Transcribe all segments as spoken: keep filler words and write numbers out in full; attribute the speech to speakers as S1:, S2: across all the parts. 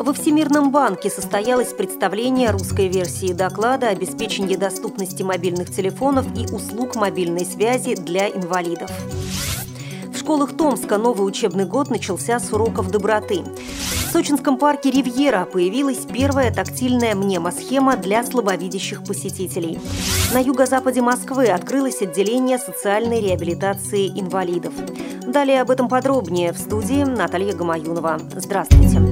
S1: Во Всемирном банке состоялось представление русской версии доклада «Обеспечение доступности мобильных телефонов и услуг мобильной связи для инвалидов». В школах Томска новый учебный год начался с уроков доброты. В сочинском парке «Ривьера» появилась первая тактильная мнемосхема для слабовидящих посетителей. На юго-западе Москвы открылось отделение социальной реабилитации инвалидов. Далее об этом подробнее в студии Наталья Гамаюнова. Здравствуйте.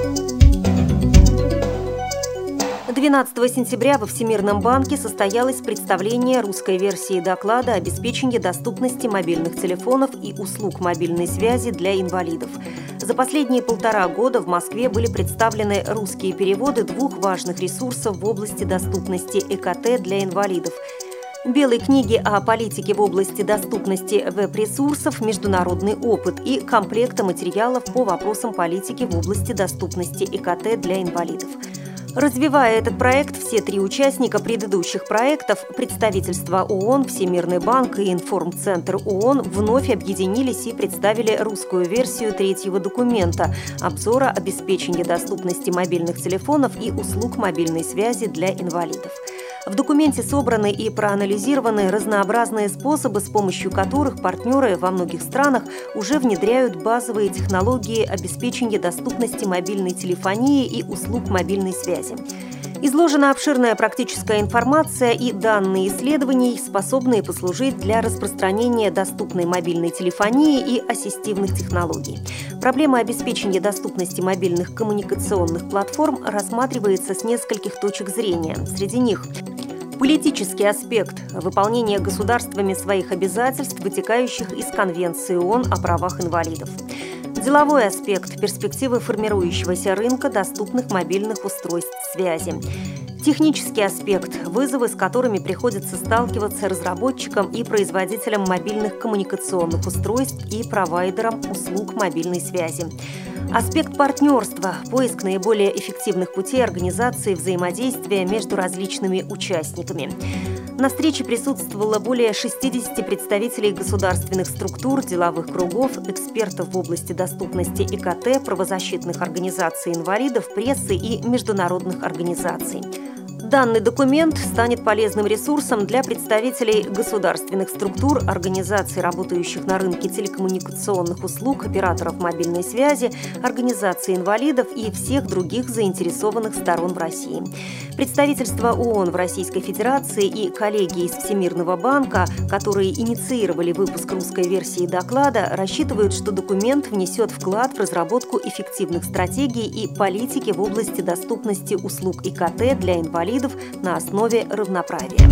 S1: двенадцатого сентября во Всемирном банке состоялось представление русской версии доклада «Обеспечение доступности мобильных телефонов и услуг мобильной связи для инвалидов». За последние полтора года в Москве были представлены русские переводы двух важных ресурсов в области доступности э ка тэ для инвалидов – Белой книги о политике в области доступности веб-ресурсов «Международный опыт» и комплекта материалов по вопросам политики в области доступности э ка тэ для инвалидов. Развивая этот проект, все три участника предыдущих проектов – представительство ООН, Всемирный банк и Информцентр ООН – вновь объединились и представили русскую версию третьего документа – обзора обеспечения доступности мобильных телефонов и услуг мобильной связи для инвалидов. В документе собраны и проанализированы разнообразные способы, с помощью которых партнеры во многих странах уже внедряют базовые технологии обеспечения доступности мобильной телефонии и услуг мобильной связи. Изложена обширная практическая информация и данные исследований, способные послужить для распространения доступной мобильной телефонии и ассистивных технологий. Проблема обеспечения доступности мобильных коммуникационных платформ рассматривается с нескольких точек зрения. Среди них политический аспект – выполнение государствами своих обязательств, вытекающих из Конвенции ООН о правах инвалидов. Деловой аспект – перспективы формирующегося рынка доступных мобильных устройств связи. Технический аспект – вызовы, с которыми приходится сталкиваться разработчикам и производителям мобильных коммуникационных устройств и провайдерам услуг мобильной связи. Аспект партнерства – поиск наиболее эффективных путей организации взаимодействия между различными участниками. На встрече присутствовало более шестидесяти представителей государственных структур, деловых кругов, экспертов в области доступности э ка тэ, правозащитных организаций инвалидов, прессы и международных организаций. Данный документ станет полезным ресурсом для представителей государственных структур, организаций, работающих на рынке телекоммуникационных услуг, операторов мобильной связи, организаций инвалидов и всех других заинтересованных сторон в России. Представительство ООН в Российской Федерации и коллеги из Всемирного банка, которые инициировали выпуск русской версии доклада, рассчитывают, что документ внесет вклад в разработку эффективных стратегий и политики в области доступности услуг э ка тэ для инвалидов на основе равноправия.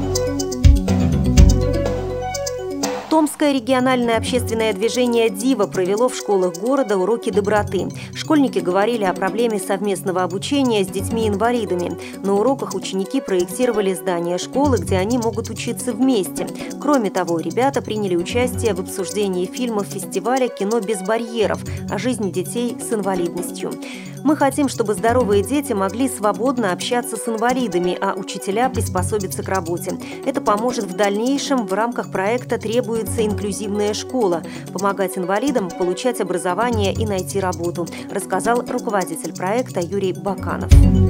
S1: Томское региональное общественное движение «Дива» провело в школах города уроки доброты. Школьники говорили о проблеме совместного обучения с детьми-инвалидами. На уроках ученики проектировали здание школы, где они могут учиться вместе. Кроме того, ребята приняли участие в обсуждении фильмов фестиваля «Кино без барьеров» о жизни детей с инвалидностью. Мы хотим, чтобы здоровые дети могли свободно общаться с инвалидами, а учителя приспособиться к работе. Это поможет в дальнейшем. В рамках проекта требуется инклюзивная школа – помогать инвалидам получать образование и найти работу, рассказал руководитель проекта Юрий Баканов.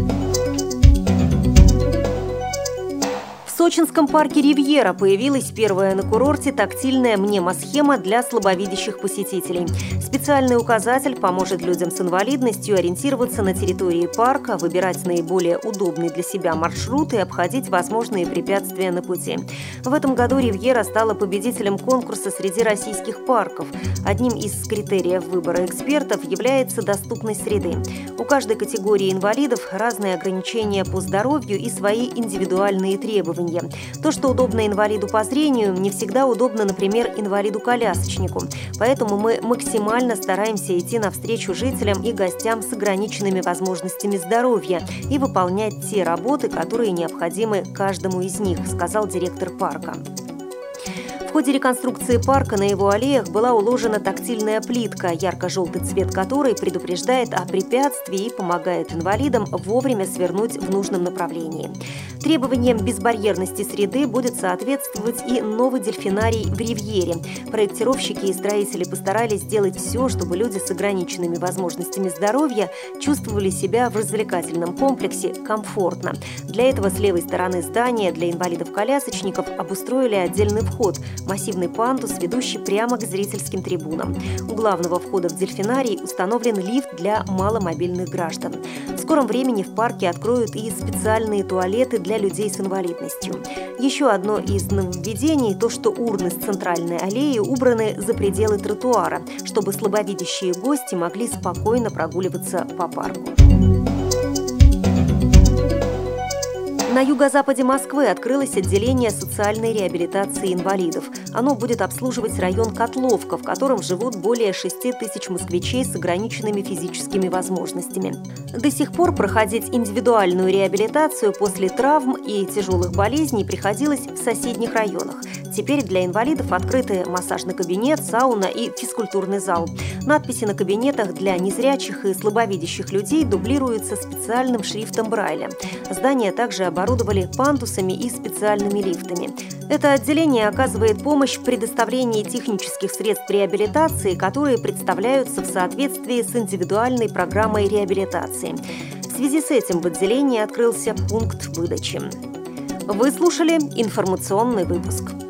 S1: В сочинском парке «Ривьера» появилась первая на курорте тактильная мнемосхема для слабовидящих посетителей. Специальный указатель поможет людям с инвалидностью ориентироваться на территории парка, выбирать наиболее удобный для себя маршрут и обходить возможные препятствия на пути. В этом году «Ривьера» стала победителем конкурса среди российских парков. Одним из критериев выбора экспертов является доступность среды. У каждой категории инвалидов разные ограничения по здоровью и свои индивидуальные требования. То, что удобно инвалиду по зрению, не всегда удобно, например, инвалиду-колясочнику. Поэтому мы максимально стараемся идти навстречу жителям и гостям с ограниченными возможностями здоровья и выполнять те работы, которые необходимы каждому из них, сказал директор парка. В ходе реконструкции парка на его аллеях была уложена тактильная плитка, ярко-желтый цвет которой предупреждает о препятствии и помогает инвалидам вовремя свернуть в нужном направлении. Требованиям безбарьерности среды будет соответствовать и новый дельфинарий в Ривьере. Проектировщики и строители постарались сделать все, чтобы люди с ограниченными возможностями здоровья чувствовали себя в развлекательном комплексе комфортно. Для этого с левой стороны здания для инвалидов-колясочников обустроили отдельный вход – массивный пандус, ведущий прямо к зрительским трибунам. У главного входа в дельфинарий установлен лифт для маломобильных граждан. В скором времени в парке откроют и специальные туалеты для людей с инвалидностью. Еще одно из нововведений – то, что урны с центральной аллеи убраны за пределы тротуара, чтобы слабовидящие гости могли спокойно прогуливаться по парку. На юго-западе Москвы открылось отделение социальной реабилитации инвалидов. Оно будет обслуживать район Котловка, в котором живут более шести тысяч москвичей с ограниченными физическими возможностями. До сих пор проходить индивидуальную реабилитацию после травм и тяжелых болезней приходилось в соседних районах. Теперь для инвалидов открыты массажный кабинет, сауна и физкультурный зал. Надписи на кабинетах для незрячих и слабовидящих людей дублируются специальным шрифтом Брайля. Здание также оборудовали пандусами и специальными лифтами. Это отделение оказывает помощь в предоставлении технических средств реабилитации, которые представляются в соответствии с индивидуальной программой реабилитации. В связи с этим в отделении открылся пункт выдачи. Вы слушали информационный выпуск.